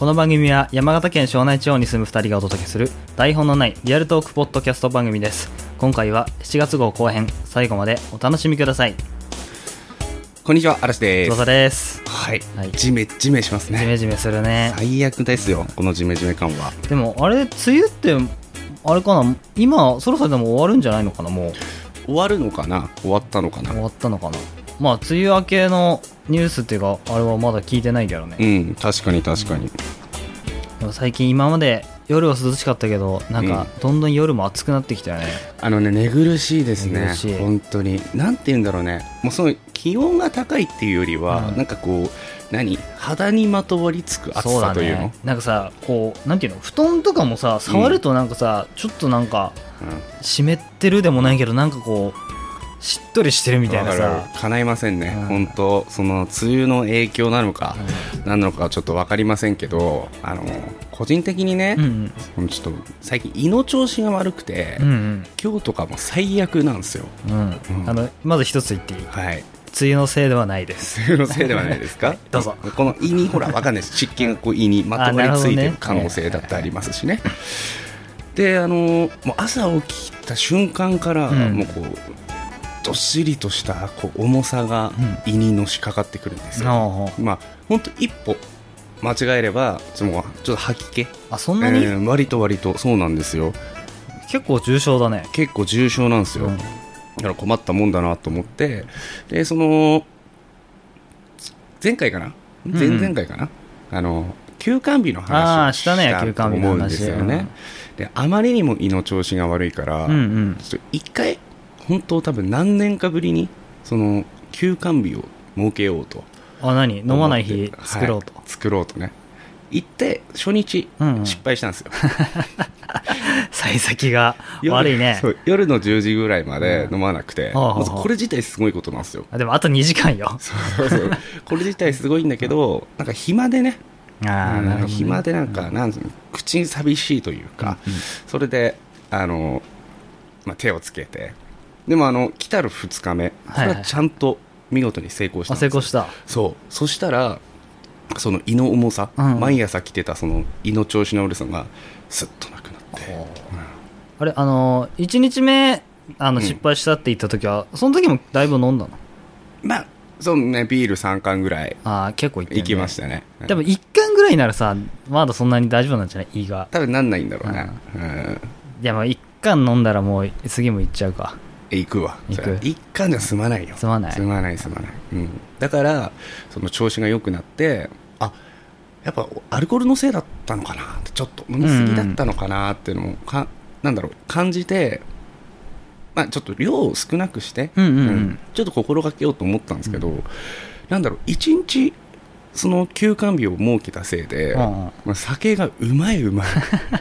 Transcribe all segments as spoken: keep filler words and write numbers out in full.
この番組は山形県庄内地方に住むふたりがお届けする台本のないリアルトークポッドキャスト番組です。今回はしちがつ号後編、最後までお楽しみください。 こんにちは、嵐です。 翼です。 はい、 はい、 ジメジメしますね。 ジメジメするね。 最悪ですよ、このジメジメ感は。 でもあれ、梅雨ってあれかな、今そろそろでも終わるんじゃないのかな。もう終わるのかな、終わったのかな。 終わったのかな。まあ梅雨明けのニュースっていうかあれはまだ聞いてないけどね。 うん、確かに確かに。 でも最近今まで夜は涼しかったけど、なんかどんどん夜も暑くなってきたよね。 うん、あのね、寝苦しいですね。 寝苦しい、 本当に。なんて言うんだろうね、もうその気温が高いっていうよりは、うん、なんかこう何肌にまとわりつく暑さというの。 そうだね、なんかさ、こうなんていうの、布団とかもさ触るとなんかさ、うん、ちょっとなんか、うん、湿ってるでもないけど、なんかこうしっとりしてるみたいなさ。 叶いませんね、 うん、 本当。その梅雨の影響なのか、うん、何なのかちょっと分かりませんけど、あの個人的にね、うんうん、ちょっと最近胃の調子が悪くて、うんうん、今日とかも最悪なんですよ。うんうん、 あのまず一つ言っていい？はい、梅雨のせいではないです。 梅雨のせいではないですか？ どうぞ。 この胃にほら分かんないです、湿気がこう胃にまとわりついてる可能性だってありますしね。で、あのもう朝起きた瞬間から、うん、もうこうどっしりとしたこう重さが胃にのしかかってくるんですよ。うん、まあ本当一歩間違えればちょっと吐き気。 あ、そんなに、 えー、割と割とそうなんですよ。 結構重症だね。 結構重症なんですよ。うん、だから困ったもんだなと思って、でその前回かな、前々回かな、うん、あの休館日の話をしたと思うんですよね。であまりにも胃の調子が悪いから、うんうん、ちょっと一回本当多分何年かぶりにその休館日を設けようと。 あ、何、飲まない日作ろうと、 はい、作ろうとね行って初日失敗したんですよ。 幸先が悪いね。 そう、夜のじゅうじぐらいまで飲まなくて、うん、まずこれ自体すごいことなんですよ。 あ、でもあとにじかんよ。 そうそうそう、これ自体すごいんだけど、なんか暇でね、あ、うん、なるほどね、暇でなんか、うん、なん口寂しいというか、うんうん、それであの、まあ、手をつけて、でもあの来たるふつかめ、これはちゃんと見事に成功したんですよ。 あ、成功した。 そう、そしたらその胃の重さ、うん、毎朝来てたその胃の調子の悪さがスッとなくなって、うん、 あれ、あのいちにちめあの失敗したって言った時は、うん、その時もだいぶ飲んだの？ まあそうね、ビールさんかんぐらい。 あ、結構いって、ね、 行きましたね。 でもいっかんぐらいならさ、まだそんなに大丈夫なんじゃない？胃が多分なんないんだろうね。うん、うん、 いや、まあいっかん飲んだらもう次も行っちゃうか。 行くわ。 行く。 一貫じゃ済まないよ。 済まない。 済まない済まない。うん。だからその調子が良くなって、あ、やっぱアルコールのせいだったのかなって、ちょっと飲みすぎだったのかなっていうのもか、なんだろう、感じて、まあちょっと量を少なくして、うんうんうんうん、ちょっと心がけようと思ったんですけど、うん、なんだろう、一日その休館日を設けたせいで、うんうん、まあ、酒がうまいうまい。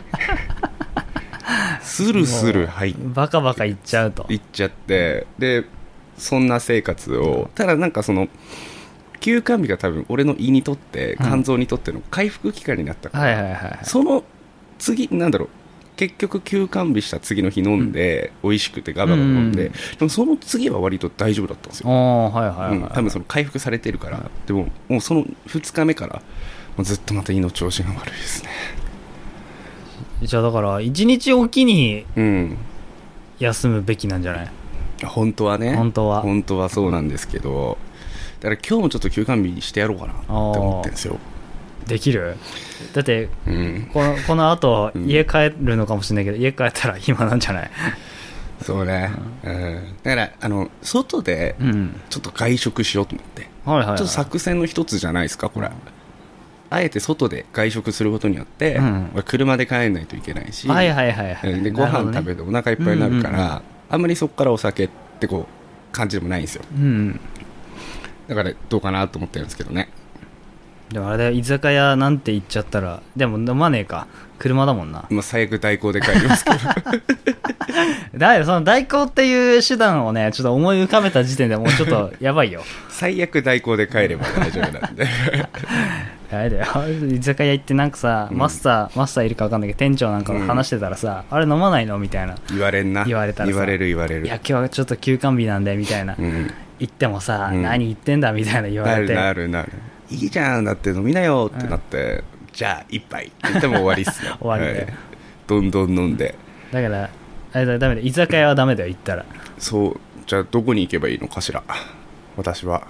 スルスル入ってバカバカいっちゃうといっちゃって、でそんな生活を、ただなんかその休館日が多分俺の胃にとって肝臓にとっての回復期間になったから、うん、はいはいはい、その次なんだろう、結局休館日した次の日飲んで、うん、美味しくてガバガバ飲んで、うん、でもその次は割と大丈夫だったんですよ。あ、はいはいはいはい、うん、多分その回復されてるから、うん、でももうそのふつかめからもうずっとまた胃の調子が悪いですね。 じゃあだからいちにちおきに休むべきなんじゃない？ うん、本当はね、 本当は本当はそうなんですけど、だから今日もちょっと休館日にしてやろうかなって思ってるんですよ。できる？だって、うん、このこの後家帰るのかもしれないけど、うん、家帰ったら暇なんじゃない？ そうね、うんうん、だからあの外でちょっと外食しようと思って、うん、はいはいはい、ちょっと作戦の一つじゃないですかこれ、うん、あえて外で外食することによって、うん、車で帰らないといけないし、はいはいはいはい、でご飯食べてお腹いっぱいになるから、ね、うんうんうん、あんまりそこからお酒ってこう感じでもないんですよ、うんうん、だからどうかなと思ってるんですけどね。 でもあれだよ、居酒屋なんて言っちゃったら、でも飲まねえか、車だもんな。 まあ、最悪代行で帰りますけどだよ、その代行っていう手段をねちょっと思い浮かべた時点でもうちょっとやばいよ。 最悪代行で帰れば大丈夫なんであれだよ、居酒屋行ってなんかさ、うん、マスターマスターいるか分かんないけど店長なんかが話してたらさ、うん、あれ飲まないのみたいな言われんな、 言われたらさ、 言われる言われる、 いや今日はちょっと休館日なんでみたいな、うん、言ってもさ、うん、何言ってんだみたいな言われて、 なるなるなる、いいじゃんだって飲みなよってなって、うん、 じゃあ一杯って言っても終わりっすよ終わりで、 はい、どんどん飲んで、 だからあれだダメだ、居酒屋はダメだよ行ったら。 そうじゃあどこに行けばいいのかしら。私は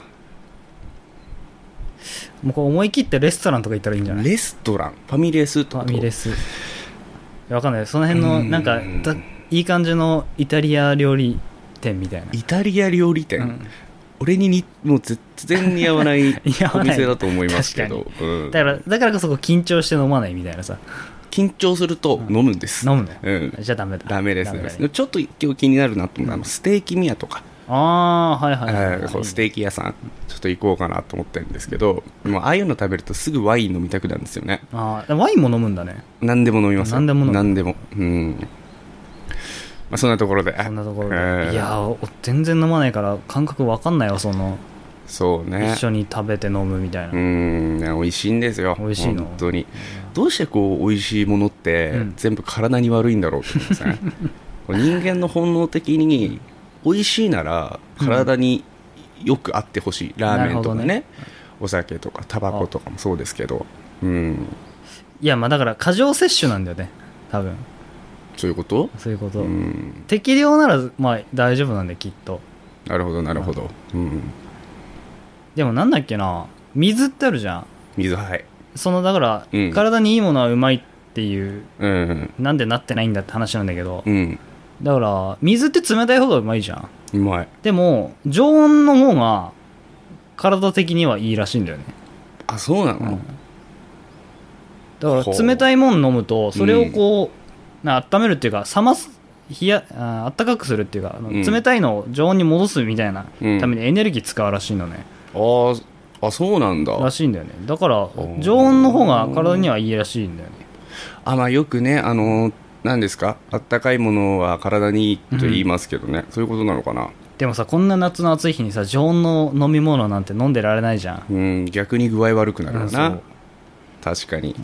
もうこう思い切ってレストランとか行ったらいいんじゃない？ レストラン、ファミレスとか。 ファミレス、いやわかんない、その辺のなんかいい感じのイタリア料理店みたいな。 イタリア料理店、うん、俺ににもう全然似合わないお店だと思いますけど、うん、 だからだからこそこう緊張して飲まないみたいなさ。 緊張すると飲むんです、 うん、飲むね、 うん、 じゃあダメだ。 ダメですね。ちょっと今日気になるなと思う、うん、あのステーキ宮とか、 ああはいはいはい、はい、 ステーキ屋さんちょっと行こうかなと思ってるんですけど、もうああいうの食べるとすぐワイン飲みたくなるんですよね。 ああワインも飲むんだね。 何でも飲みますよ。 何でも飲む。 何でも、うんまあ、そんなところでそんなところで、えー、いや全然飲まないから感覚わかんないわ。そのそうね、 一緒に食べて飲むみたいな。 うん美味しいんですよ。 美味しいの本当に。どうしてこう美味しいものって全部体に悪いんだろうと思うんですね、うん、人間の本能的に美味しいなら体によくあってほしい、うん、ラーメンとか ね, ねお酒とかタバコとかもそうですけど、うん、 いやまあだから過剰摂取なんだよね多分。 そういうことそういうこと、 うん、 適量ならまあ大丈夫なんできっと。 なるほどなるほど、うん、 でもなんだっけな、水ってあるじゃん。 水、はい。 そのだから、うん、体にいいものはうまいっていう、うんうん、なんでなってないんだって話なんだけど、うん、だから水って冷たい方がうまいじゃん。 うまい。 でも常温の方が体的にはいいらしいんだよね。 あ、そうなの、うん、 だから冷たいもの飲むとそれをこう、うん、な温めるっていうか冷ます冷やあったかくするっていうか、うん、冷たいのを常温に戻すみたいなためにエネルギー使うらしいのね、 うん、ああそうなんだ。 らしいんだよね。だから常温の方が体にはいいらしいんだよね。 あ、まあ、よくね、あの何ですか、あったかいものは体にいいと言いますけどね、うん、そういうことなのかな。 でもさ、こんな夏の暑い日にさ常温の飲み物なんて飲んでられないじゃん。 うん、逆に具合悪くなるよな、うん、確かに。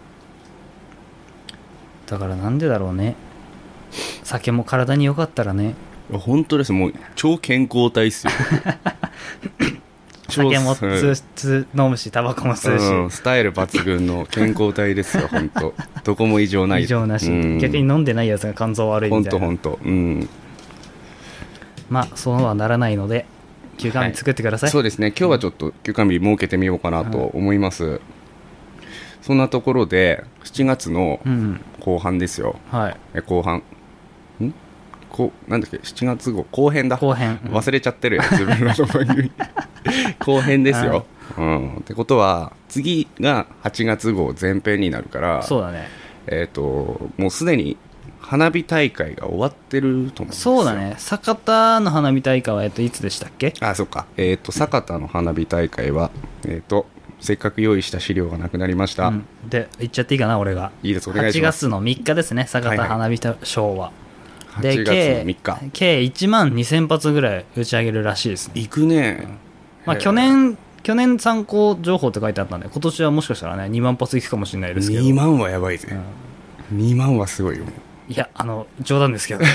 だからなんでだろうね。酒も体に良かったらね。 本当です。もう超健康体っすよ酒もつつ飲むしタバコも吸うし、うん、スタイル抜群の健康体ですよ本当。どこも異常ない。 異常なし、うん、逆に飲んでないやつが肝臓悪いみたいな。 本当本当。うん。 まあそうはならないので休館日作ってください、 はい、そうですね。今日はちょっと休館日設けてみようかなと思います、うん、そんなところでしちがつの後半ですよ、うん、はい、え後半んこなんだっけしちがつ号後編だ。 後編、 うん、忘れちゃってるよ自分の番組後編ですよ、うん、ってことは次がはちがつ号前編になるから。 そうだね。 えっ、ー、ともうすでに花火大会が終わってると思うんですよ。 そうだね。酒田の花火大会は、えっと、いつでしたっけ。 あ、そっか。えっ、ー、と酒田の花火大会はえっ、ー、とせっかく用意した資料がなくなりました、うん、 で言っちゃっていいかな俺が。 いいです、お願いします。 はちがつのみっかですね、酒田花火ショーは、はいはい、ではちがつのみっか計いちまんにせん発ぐらい打ち上げるらしいですね。 行くね、うん、 まあ、去年去年参考情報って書いてあったんで今年はもしかしたらねにまん発行くかもしれないですけど。 にまんはやばいぜ、うん、にまんはすごいよ。 いやあの冗談ですけど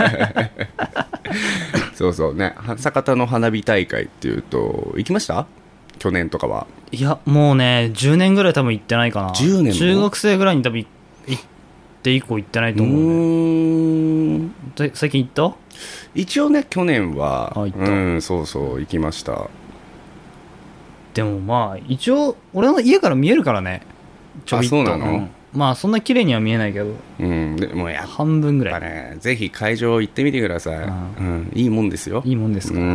そうそうね。酒田の花火大会っていうと行きました去年とかは。 いやもうねじゅうねんぐらい多分行ってないかな。 じゅうねんも中学生ぐらいに多分行って以降行ってないと思うね。うーん最近行った。 一応ね去年はあ行った、 うん、そうそう行きました。 でもまあ一応俺の家から見えるからねちょびっと。 あそうなの、うん、 まあそんな綺麗には見えないけど、 うん、でもや半分ぐらい、 ね、ぜひ会場行ってみてください、うん、いいもんですよ。 いいもんですか。 うん、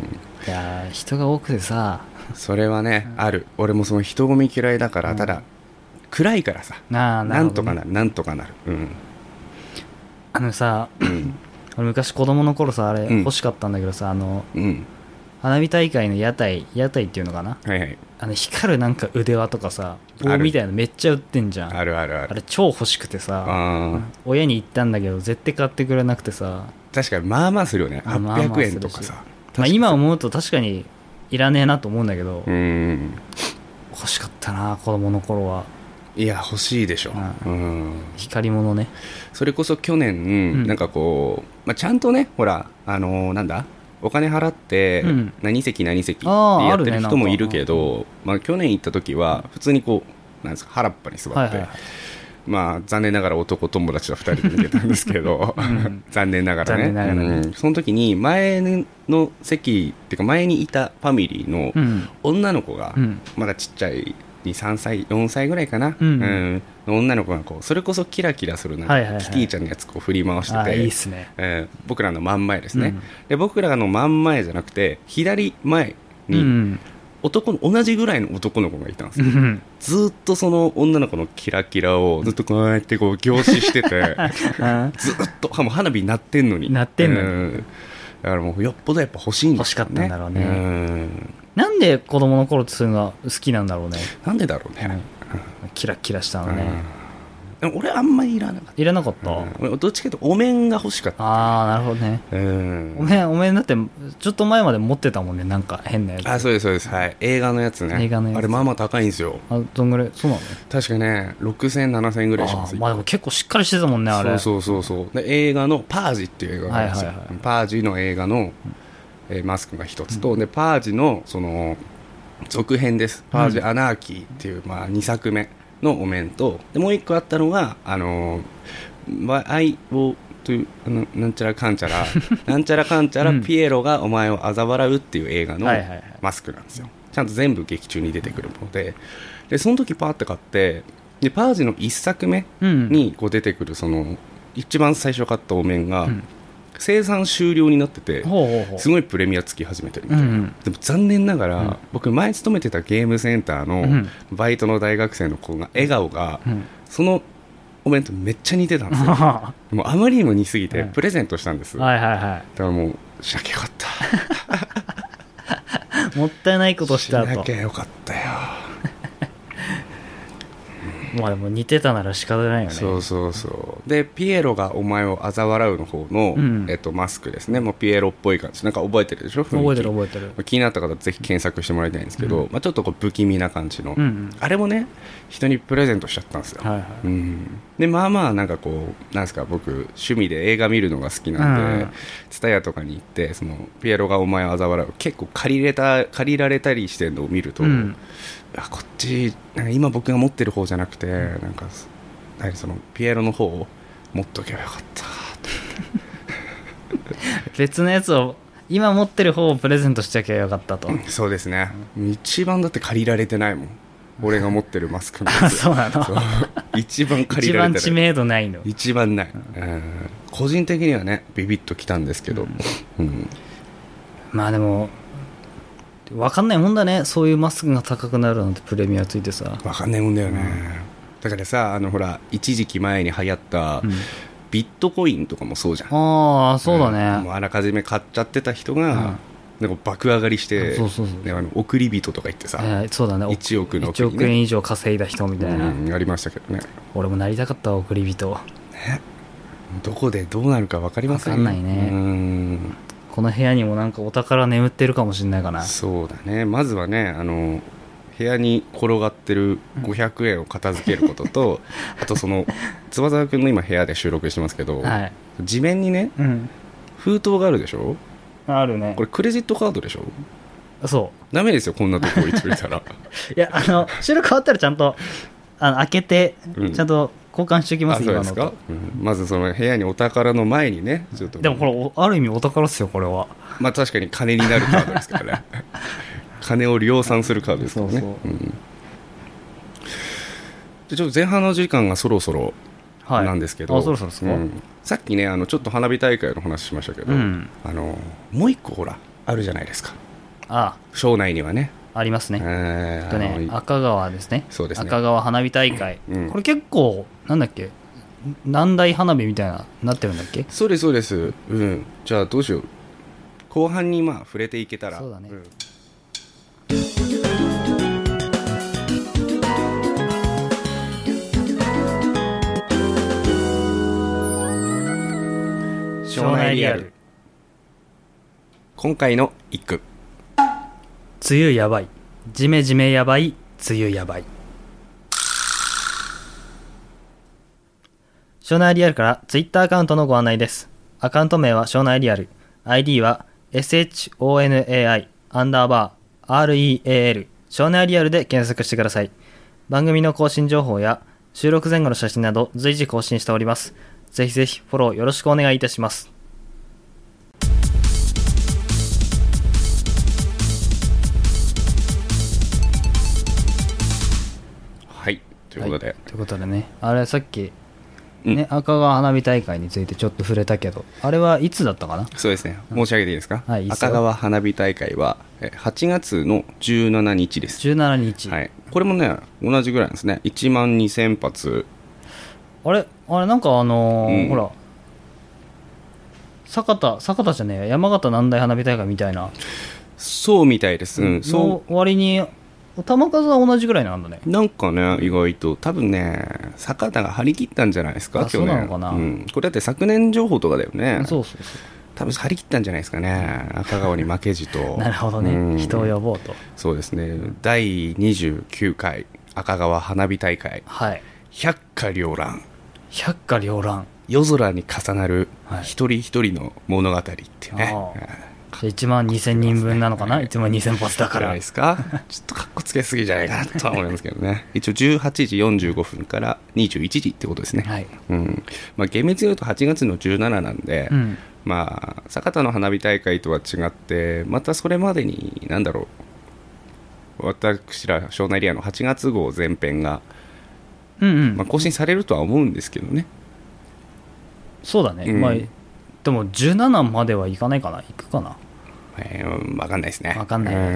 いや人が多くてさそれはね、うん、ある。俺もその人混み嫌いだから、うん、ただ暗いからさななんとかなるなんとかなる、うん、 あのさ、うん、俺昔子供の頃さあれ欲しかったんだけどさ、うん、あの、うん、花火大会の屋台屋台っていうのかな、はいはい、あの光るなんか腕輪とかさ棒みたいなのめっちゃ売ってんじゃん。 あるあるある。 あれ超欲しくてさあ親に言ったんだけど絶対買ってくれなくてさ。 確かにまあまあするよね。はっぴゃくえんとかさ、 まあ、今思うと確かにいらねえなと思うんだけど、 うん、 欲しかったな子供の頃は。 いや欲しいでしょ、うん、 光り物ね。 それこそ去年、うん、なんかこう、まあ、ちゃんとねほらあのー、なんだお金払って何席何席ってやってる人もいるけど、まあ、去年行った時は普通にこうなんですか腹っぱに座って、はいはいはい、まあ残念ながら男友達とふたりで見てたんですけど、うん、残念ながらね、がらね、うん、その時に前の席っていうか前にいたファミリーの女の子がまだちっちゃいにさんさいよんさいぐらいかな、うんうん、の女の子がこうそれこそキラキラするなんか、はいはいはい、キティちゃんのやつこう振り回してて、 いいっすね、 えー、僕らの真ん前ですね、うん、で僕らの真ん前じゃなくて左前に、うん男の同じぐらいの男の子がいたんですよ、うん、ずっとその女の子のキラキラをずっとこうやってこう凝視しててずっと花火鳴ってんのに鳴ってんのに、うん、 だからもうよっぽどやっぱ欲しいんですよね。 欲しかったんだろうね、うん、なんで子供の頃ってそういうのが好きなんだろうね。 なんでだろうね、 うん、キラキラしたのね、 うん、でも俺あんまりいらなかった。 いらなかった、 うん、どっちかというとお面が欲しかった。 ああなるほどね、うん、お面お面だってちょっと前まで持ってたもんね、なんか変なやつ。 あそうですそうです、はい、映画のやつね。 映画のやつあれまあまあ高いんですよ。 あどんぐらい。そうなの。 確かねろくせんななせんぐらいします。 あまあでも結構しっかりしてたもんねあれ。 そうそうそうそう。で映画のパージっていう映画があるんですよ、はいはいはい、パージの映画の、えー、マスクが一つと、うん、でパージのその続編です、パージアナーキーっていう、まあ、にさくめのお面と、でもう一個あったのがあのー、愛をというなんちゃらかんちゃらなんちゃらかんちゃら、うん、ピエロがお前を嘲笑うっていう映画のマスクなんですよ、はいはいはい、ちゃんと全部劇中に出てくるので、でその時パーって買って、でパージのいっさくめにこう出てくるその一番最初買ったお面が、うん生産終了になってて、ほうほうほうすごいプレミアつき始めてるみたいな、うんうん、でも残念ながら、うん、僕前勤めてたゲームセンターのバイトの大学生の子が笑顔が、うん、そのお弁当めっちゃ似てたんですよもうあまりにも似すぎてプレゼントしたんです、うんはいはいはい、だからもうしなきゃよかったもったいないことしたと。 しなきゃよかったよまあでも似てたなら仕方ないよね。 そうそうそうでピエロがお前を嘲笑うの方の、うんえっと、マスクですね。もうピエロっぽい感じなんか覚えてるでしょ。 覚えてる覚えてる。 気になった方ぜひ検索してもらいたいんですけど、うんまあ、ちょっとこう不気味な感じの、うんうん、あれもね人にプレゼントしちゃったんですよ、はいはいうん、でまあまあなんかこうなんですか僕趣味で映画見るのが好きなんでツタヤとかに行ってそのピエロがお前を嘲笑う結構借りれた借りられたりしてるのを見ると、うんあこっちなんか今僕が持ってる方じゃなくて、うん、なんかそのピエロの方を持っとけばよかった別のやつを今持ってる方をプレゼントしちゃけばよかったと、うん、 そうですね、うん、一番だって借りられてないもん俺が持ってるマスクのやつそうなのそう一番借りられてない一番知名度ないの一番ない、うんうん、個人的にはねビビッときたんですけど、うんうん、 まあでも分かんないもんだね。そういうマスクが高くなるなんてプレミアついてさ分かんないもんだよね、うん、だからさあのほら一時期前に流行った、うん、ビットコインとかもそうじゃん。 ああそうだね、 うん、もうあらかじめ買っちゃってた人が、うん、なんか爆上がりしてそうそうそう、ね、あの送り人とか言ってさ、えー、そうだねいちおくの、ね、いちおくえん以上稼いだ人みたいな、うん、ありましたけどね。俺もなりたかったわ送り人、ね、どこでどうなるか分かりません。 分かんないね。うんこの部屋にもなんかお宝眠ってるかもしれないかな。 そうだね。まずはねあの部屋に転がってるごひゃくえんを片付けることと、うん、あとその翼くんの今部屋で収録してますけど、はい、地面にね、うん、封筒があるでしょ。 あるね。 これクレジットカードでしょ。 そうダメですよこんなとこ置いといたらいやあの収録終わったらちゃんとあの開けて、うん、ちゃんと交換しておきます。 今のと、うん、まずその部屋にお宝の前にねちょっとでもこれある意味お宝っすよこれは。 まあ確かに金になるカードですからね金を量産するカードですからね。そうそう、うん、でちょっと前半の時間がそろそろなんですけど、はい、あそろそろですか、うん、さっきねあのちょっと花火大会の話しましたけど、うん、あのもう一個ほらあるじゃないですか。ああ省内にはねありますね。えー、とね赤川ですね。そうですね。赤川花火大会、うん、これ結構なんだっけ何台花火みたいななってるんだっけ。 そうですそうです、うん、じゃあどうしよう後半にまあ触れていけたら。そうだね、うん、庄内リアル今回の一句。 梅雨やばいジメジメやばい梅雨やばい。庄内リアルからツイッターアカウントのご案内です。アカウント名は庄内リアル、 アイディー は ショナイ アンダーバー レアル 庄内リアルで検索してください。 番組の更新情報や収録前後の写真など随時更新しております。ぜひぜひフォローよろしくお願いいたします。 はい、ということで、はい、 ということでね、あれさっきね、赤川花火大会についてちょっと触れたけど、あれはいつだったかな。 そうですね、申し上げていいですか、うん、はい、いい赤川花火大会ははちがつのじゅうしちにちです。 じゅうしちにち、 はい、これもね同じぐらいなんですね。いちまんにせんぱつ。 あれあれなんかあのーうん、ほら酒田酒田じゃねえ山形南大花火大会みたいな。 そうみたいです、うん、 そう割に球数は同じぐらいなんだね。 なんかね、意外と多分ね坂田が張り切ったんじゃないですか。 あ、そうなのかな、 うん、これだって昨年情報とかだよね。 そうそうそう、 多分張り切ったんじゃないですかね、赤川に負けじとなるほどね、うん、人を呼ぼうと。 そうですね、だいにじゅうきゅうかい赤川花火大会、 はい、 百花繚乱百花繚乱夜空に重なる一人一人の物語っていうね、はい、 いちまんにせんにんぶんなのかな、いちまんにせんぱつだからですかちょっとかっこつけすぎじゃないかなとは思いますけどね一応じゅうはちじよんじゅうごふんからにじゅういちじってことですね、はい、うん、まあ、厳密に言うとはちがつのじゅうしちなんで、うん、まあ酒田の花火大会とは違ってまたそれまでに何だろう、私ら湘南エリアのはちがつ号前編が、うんうん、まあ、更新されるとは思うんですけどね。 そうだね、うん、まあ、でもじゅうしちまではいかないかな、行くかな、 えー、分かんないですね。 分かんない、うん、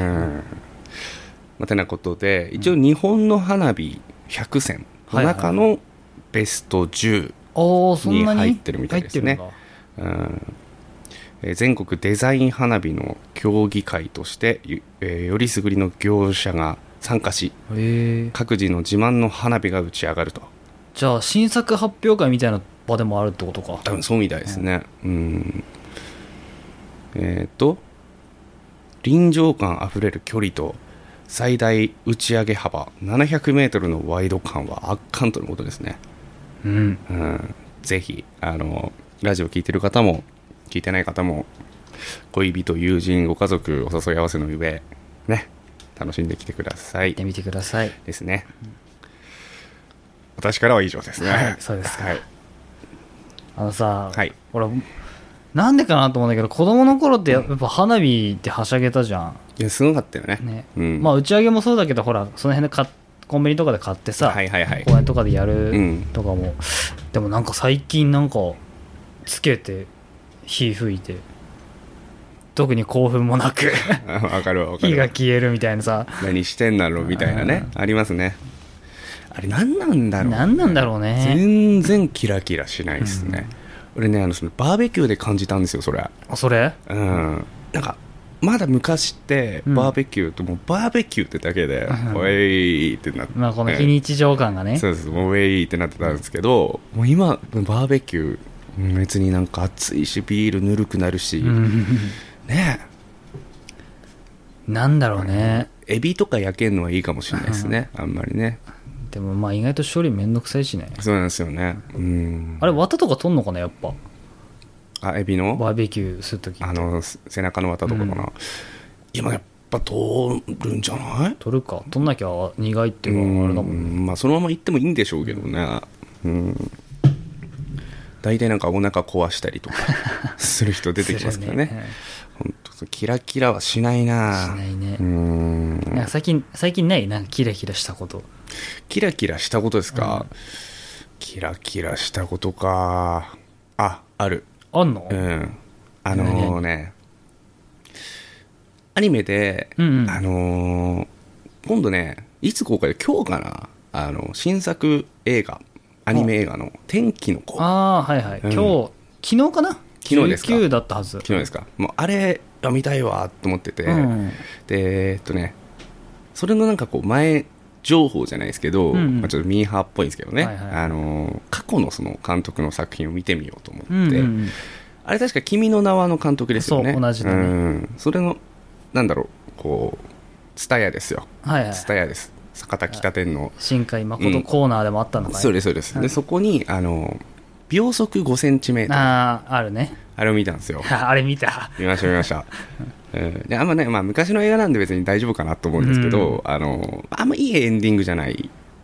まあ、てなことで一応日本の花火ひゃくせんの中のベストじゅうに入ってるみたいですね。うん、えー、全国デザイン花火の協議会として、えー、よりすぐりの業者が参加し、各自の自慢の花火が打ち上がると。 じゃあ新作発表会みたいな場でもあるってことか。 多分そうみたいですね、うん、うん、えっ、ー、と臨場感あふれる距離と最大打ち上げ幅ななひゃくメートルのワイド感は圧巻とのことですね、うんうん、ぜひあのラジオ聞いてる方も聞いてない方も恋人、友人、ご家族お誘い合わせの上ね、楽しんできてください。 行ってみてくださいですね、うん、私からは以上ですね。 はい、そうですか、はい、あのさ、 はい、 俺なんでかなと思うんだけど、子供の頃ってやっぱ花火ってはしゃげたじゃん。 いやすごかったよ ね, ね、 うん、 まあ打ち上げもそうだけど、ほらその辺でかコンビニとかで買ってさ、 はいはいはい、 公園とかでやるとかも、うん、でもなんか最近なんかつけて火吹いて特に興奮もなくわかるわかる、 火が消えるみたいなさ、 何してんだろうみたいなね、ありますね。あれ何なんだろう、 何なんだろうね。 全然キラキラしないですね、うん、俺ねあのそのバーベキューで感じたんですよそれ。 あ、それ、 うん、なんかまだ昔ってバーベキューともうバーベキューってだけで、うん、ウェイってなって、 まあ、この非日常感がね、 そうです、もうウェイってなってたんですけど、もう今バーベキュー別になんか暑いしビールぬるくなるし、うん、ねえ、なんだろうね、 エビとか焼けるのはいいかもしれないですね、あんまりね。 でもまあ意外と処理めんどくさいしね。 そうなんですよね、うん、 あれ綿とか取んのかな、やっぱ。 あ、エビのバーベキューするとき、 あの背中の綿とかかな、うん、今やっぱ取るんじゃない？ 取るか、取んなきゃ苦いっていうかあれだもんね。 まあそのままいってもいいんでしょうけどね、うん、大体なんかお腹壊したりとかする人出てきますからねね、ほんとキラキラはしないな。 しないね。うん、なんか最近最近ないなんかキラキラしたこと。 キラキラしたことですか、うん、キラキラしたことか。あ、ある。 あんの？ うん。あのー、ね、アニメで、うんうん、あのー、今度ね、いつ公開で今日かな、あの新作映画、アニメ映画の天気の子。 ああ、はいはい、うん、今日昨日かな、 昨日ですか、 じゅうくだったはず。 昨日ですか。もうあれが見たいわと思ってて、うん、でえっとねそれのなんかこう前情報じゃないですけど、うんうん、まあ、ちょっとミーハーっぽいんですけどね、はいはい、あの過去のその監督の作品を見てみようと思って、うんうんうん、あれ確か君の名はの監督ですよね。 そう、同じだね、うん、 それのなんだろう、こうツタヤですよ、 はいはい、 ツタヤです、坂田北店の新海誠コーナーでもあったのかい、うん、 そうですそうです、うん、でそこにあの秒速ごセンチメートル、 ああ、あるね、 あれを見たんですよあれ見た見ました見ましたうん、であんまね、まあ、昔の映画なんで別に大丈夫かなと思うんですけど、うん、あのあんまいいエンディングじゃない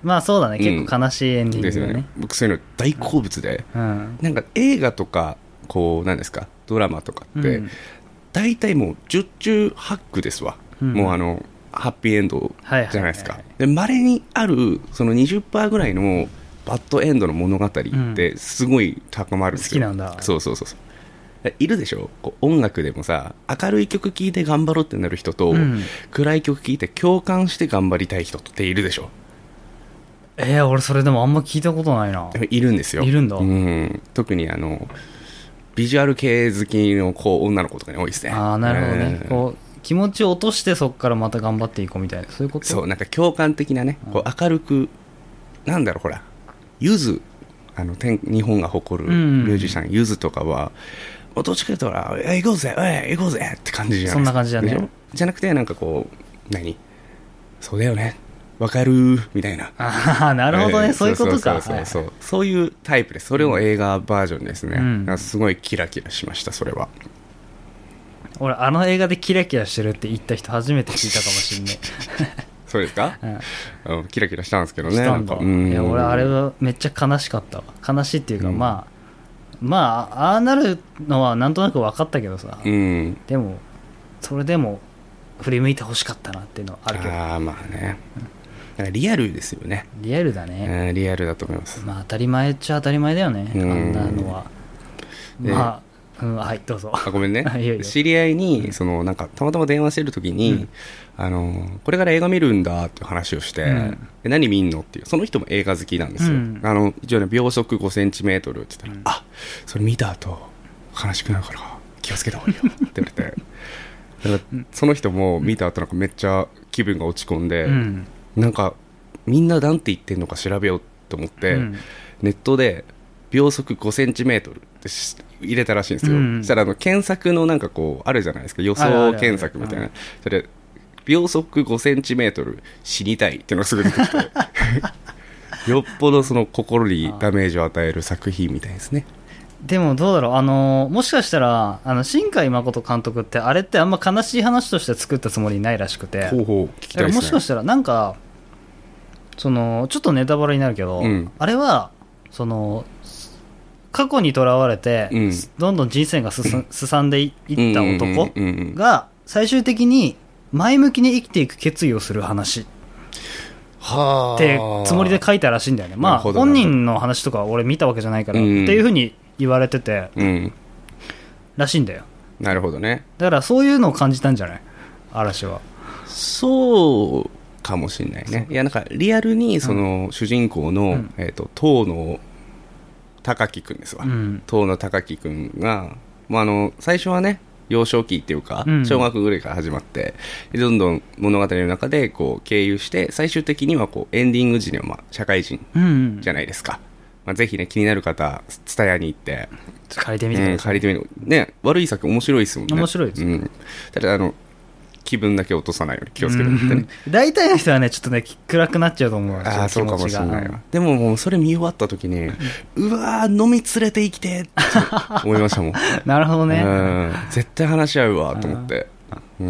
まあそうだね、結構悲しいエンディングだ ね,、うん、ですよね。 僕そういうの大好物で、うん、なんか映画とかこうなんですかドラマとかって、うん、大体もう十中八九ですわ、うん、もうあのハッピーエンドじゃないですか。で稀にあるその にじゅっパーセント ぐらいのバッドエンドの物語ってすごい高まるんですよ、 うん、好きなんだ。 そうそうそうそういるでしょ。こう音楽でもさ明るい曲聴いて頑張ろうってなる人と、うん、暗い曲聴いて共感して頑張りたい人っているでしょ。 えー、俺それでもあんま聞いたことないな。 いるんですよ。 いるんだ、 うん、特にあのビジュアル系好きのこう女の子とかに多いですね。 ああなるほどね、えー、こう気持ちを落としてそこからまた頑張っていこうみたいな、そういうこと。 そうなんか共感的なね、こう明るくなんだろうほらゆずあの日本が誇るミュージシャン、うん、ゆずとかはどっちかというと行こうぜおい行こうぜって感じじゃないですか。 そんな感じだね。 じゃなくてなんかこう何そうだよねわかるみたいな。 ああなるほどね、えー、そういうことか。 そうそうそうそう、はいはい、そういうタイプです。それを映画バージョンですね、うん、すごいキラキラしました。それは俺あの映画でキラキラしてるって言った人初めて聞いたかもしんないそうですか、うん、キラキラしたんですけどね。 したんだ。なんかいや俺あれはめっちゃ悲しかったわ。悲しいっていうか、うん、まあまあああなるのはなんとなく分かったけどさ、うん、でもそれでも振り向いてほしかったなっていうのはあるけど。 ああまあね、うん、リアルですよね。 リアルだね、 うん、リアルだと思います。 まあ当たり前っちゃ当たり前だよね、うん、あんなのは。まあうん、はいどうぞ。 あごめんねいやいや知り合いにそのなんかたまたま電話してる時に、うん、あのこれから映画見るんだっていう話をして、うん、で何見んのっていう、その人も映画好きなんですよ、うん、あの一応ね秒速ごセンチメートルって言ったら、うん、あそれ見た後悲しくなるから気をつけた方がいいよって言われてだからその人も見た後なんかめっちゃ気分が落ち込んで、うん、なんかみんななんて言ってんのか調べようと思って、うん、ネットで秒速ごセンチメートルって入れたらしいんですよ、うん、そしたらあの検索のなんかこうあるじゃないですか、予想検索みたいな、それ秒速ごセンチメートル死にたいっていうのがすぐ出てきてよっぽどその心にダメージを与える作品みたいですね。 でもどうだろう、あのもしかしたらあの新海誠監督ってあれってあんま悲しい話として作ったつもりないらしくて、 ほうほう聞きたいですね。 もしかしたらなんかそのちょっとネタバレになるけど、うん、あれはその過去にとらわれて、うん、どんどん人生がすす、すさんでいった男が最終的に前向きに生きていく決意をする話ってつもりで書いたらしいんだよね。まあ本人の話とか俺見たわけじゃないから、うん、っていう風に言われてて、うん、らしいんだよ。 なるほどね。 だからそういうのを感じたんじゃない嵐は。 そうかもしれないね。いやなんかリアルにその主人公の、うん、えーと、東野高木くんですわ、うん、東野高木くんが、まあ、あの最初はね幼少期っていうか、うん、小学ぐらいから始まってどんどん物語の中でこう経由して最終的にはこうエンディング時にはまあ社会人じゃないですか、うんまあ、ぜひね気になる方蔦屋に行って借りてみてください、 うん、借りてみるね。悪い作面白いですもんね。 面白いです、うん、 ただあの気分だけ落とさないように気をつけてってね。 大体の人はねちょっとね暗くなっちゃうと思う。 ああそうかもしれないわ。でももうそれ見終わった時にうわー飲み連れて生きてって思いましたもんなるほどね、うん絶対話し合うわと思って、うん、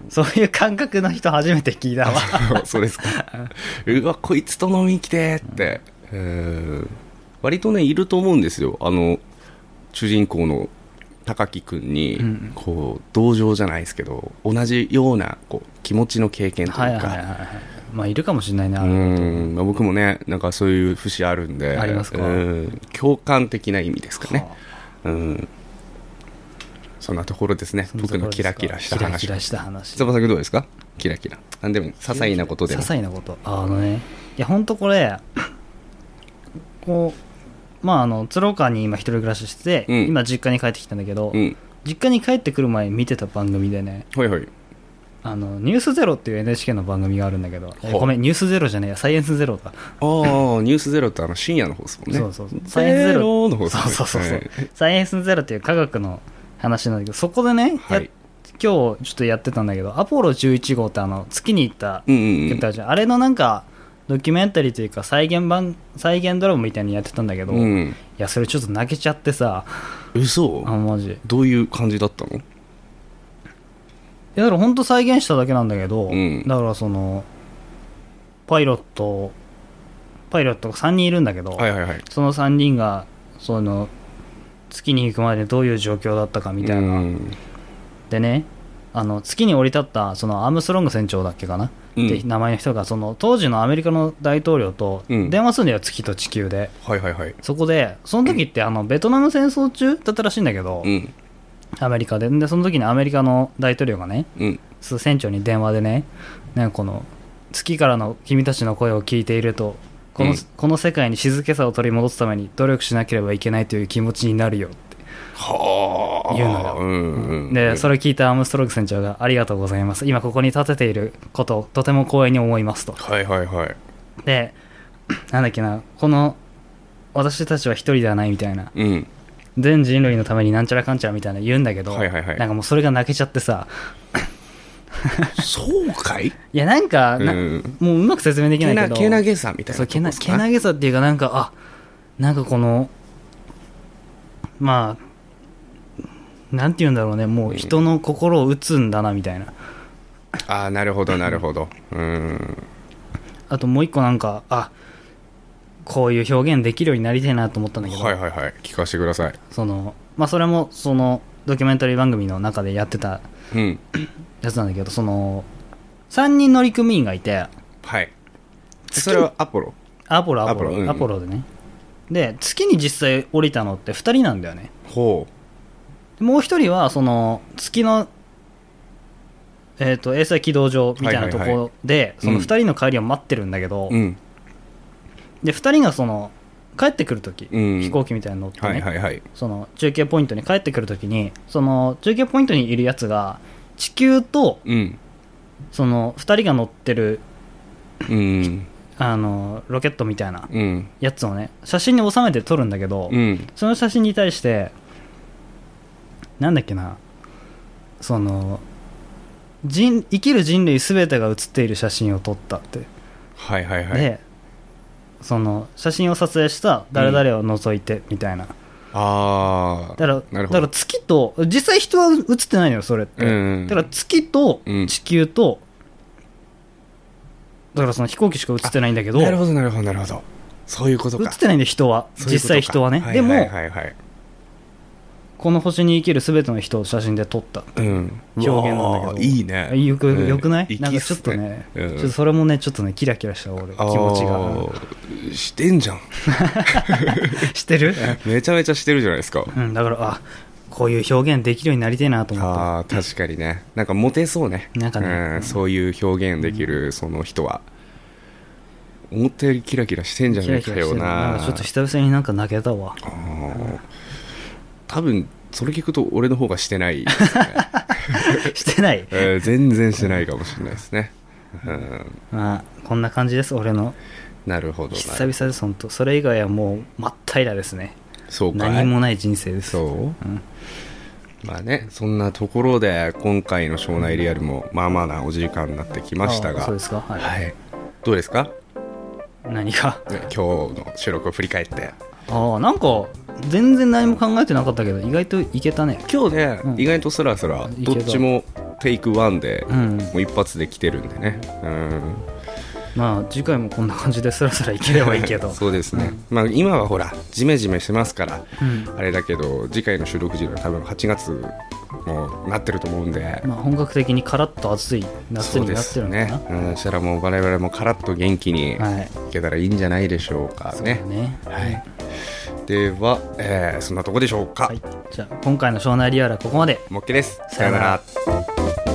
そういう感覚の人初めて聞いたわそうですかうわこいつと飲み来てって、うん、割とねいると思うんですよ。あの主人公の高木くんにこう同情じゃないですけど同じようなこう気持ちの経験というか、はいはいはいはい、 まあいるかもしれないな。 うん、まあ、僕もねなんかそういう節あるんで。 ありますか。 うん共感的な意味ですかね、はあ、うんそんなところですね。僕のキラキラした話。 キラキラした話。 ザバさんどうですか。キラキラなんでも些細なことでも。 些細なことあのねいや本当これこうまあ、あの鶴岡に今一人暮らししてて、うん、今実家に帰ってきたんだけど、うん、実家に帰ってくる前見てた番組でね、 はいはい、 あのニュースゼロっていう エヌエイチケー の番組があるんだけど、えごめんニュースゼロじゃねえやサイエンスゼロだ。ああニュースゼロってあの深夜の方ですもんね。 そうそうそうサイエンスゼロの方ですね。そうそうそうそう、はい、サイエンスゼロっていう科学の話なんだけどそこでね、はい、今日ちょっとやってたんだけどアポロじゅういち号ってあの月に行った、うんうんうん、あれのなんかドキュメンタリーというか再現版再現ドラマみたいにやってたんだけど、うん、いやそれちょっと泣けちゃってさ。 嘘。 あマジどういう感じだったの。いやだから本当再現しただけなんだけど、うん、だからそのパイロットパイロットがさんにんいるんだけど、 はいはいはい、 そのさんにんがその月に行くまでどういう状況だったかみたいな、うん、でね、あの月に降り立ったそのアームストロング船長だっけかな、うん、って名前の人がその当時のアメリカの大統領と電話するんだよ、月と地球で、 はいはいはい、 そこでその時ってあのベトナム戦争中だったらしいんだけど、うん、アメリカででその時にアメリカの大統領がね、うん、船長に電話でね、ね、この月からの君たちの声を聞いているとこの、うん、この世界に静けさを取り戻すために努力しなければいけないという気持ちになるよって言うのよ、うんうん、でそれを聞いたアームストロング船長がありがとうございます、今ここに立てていることをとても光栄に思いますと、 はいはいはい、 でなんだっけな、この私たちは一人ではないみたいな、うん、全人類のためになんちゃらかんちゃらみたいな言うんだけど、はいはいはい、なんかもうそれが泣けちゃってさそうかい、いやなんかな、うん、もううまく説明できないけどけなげさみたいな、 そうけなけなげさっていうか、なんかあなんかこのまあなんて言うんだろうね、もう人の心を打つんだなみたいな、うん、 ああなるほどなるほど、うん、 あともう一個なんかあこういう表現できるようになりたいなと思ったんだけど、 はいはいはい、聞かせてください。 そのまあそれもそのドキュメンタリー番組の中でやってた、うん、やつなんだけど、そのさんにん乗組員がいて、はい、 それはアポロアポロアポロアポロ、うん、アポロでね、で月に実際降りたのってふたりなんだよね。ほう。もうひとりはその月の、えー、と衛星軌道上みたいなところで、はいはいはい、そのふたりの帰りを待ってるんだけど、うん、でふたりがその帰ってくるとき、うん、飛行機みたいなの乗ってね、はいはいはい、その中継ポイントに帰ってくるときに、その中継ポイントにいるやつが地球と、うん、そのふたりが乗ってる、うん、あのロケットみたいなやつをね写真に収めて撮るんだけど、うん、その写真に対してなんだっけな、その人生きる人類すべてが写っている写真を撮ったって、はいはいはい、でその写真を撮影した誰々を除いてみたいな、うん、あだからなるほど。だから月と実際人は写ってないのよそれって、うんうん、だから月と地球と、うん、だからその飛行機しか写ってないんだけど、 なるほどなるほどなるほど、そういうことか、 写ってないんだよ人は、実際人はね、はいはいはいはい、でもこの星に生きるすべての人を写真で撮った、うん、表現なんだけど、 いいね、 よく、うん、よくない、なんかちょっとね、うん、ちょっとそれもねちょっとねキラキラした俺気持ちがしてんじゃんしてるめちゃめちゃしてるじゃないですか、 うん、だからあこういう表現できるようになりたいなと思って、 あ確かにね、なんかモテそうね、なんかね、うん、そういう表現できるその人は、うん、思ったよりキラキラしてんじゃないかよな、 なんかちょっと久々になんか泣けたわ。あ、 うん、多分それ聞くと俺の方がしてないですねしてない、 えー、全然してないかもしれないですね、うん、 まあこんな感じです俺の。 なるほど、 久々です本当。それ以外はもう真っ平らですね。そうかい、何もない人生です。そう、うん、 まあね、そんなところで今回の庄内リアルもまあまあなお時間になってきましたが、 そうですか、はいはい、 どうですか、 何か今日の収録を振り返って。 ああ、なんか全然何も考えてなかったけど意外といけたね今日ね、うん、意外とスラスラどっちもテイクワンで、うん、もう一発で来てるんでね、うん、 まあ次回もこんな感じでスラスラいければいいけどそうですね、うん、まあ、今はほらジメジメしてますから、うん、あれだけど次回の収録時は多分はちがつもなってると思うんで、 まあ、本格的にカラッと暑い夏になってるのかな。そうですね、 うん、そしたらもう我々もカラッと元気にいけたらいいんじゃないでしょうかね、 そうね、 はい、では、えー、そんなとこでしょうか。はい、 じゃあ今回の庄内リアルはここまで。 もっけです。さよなら。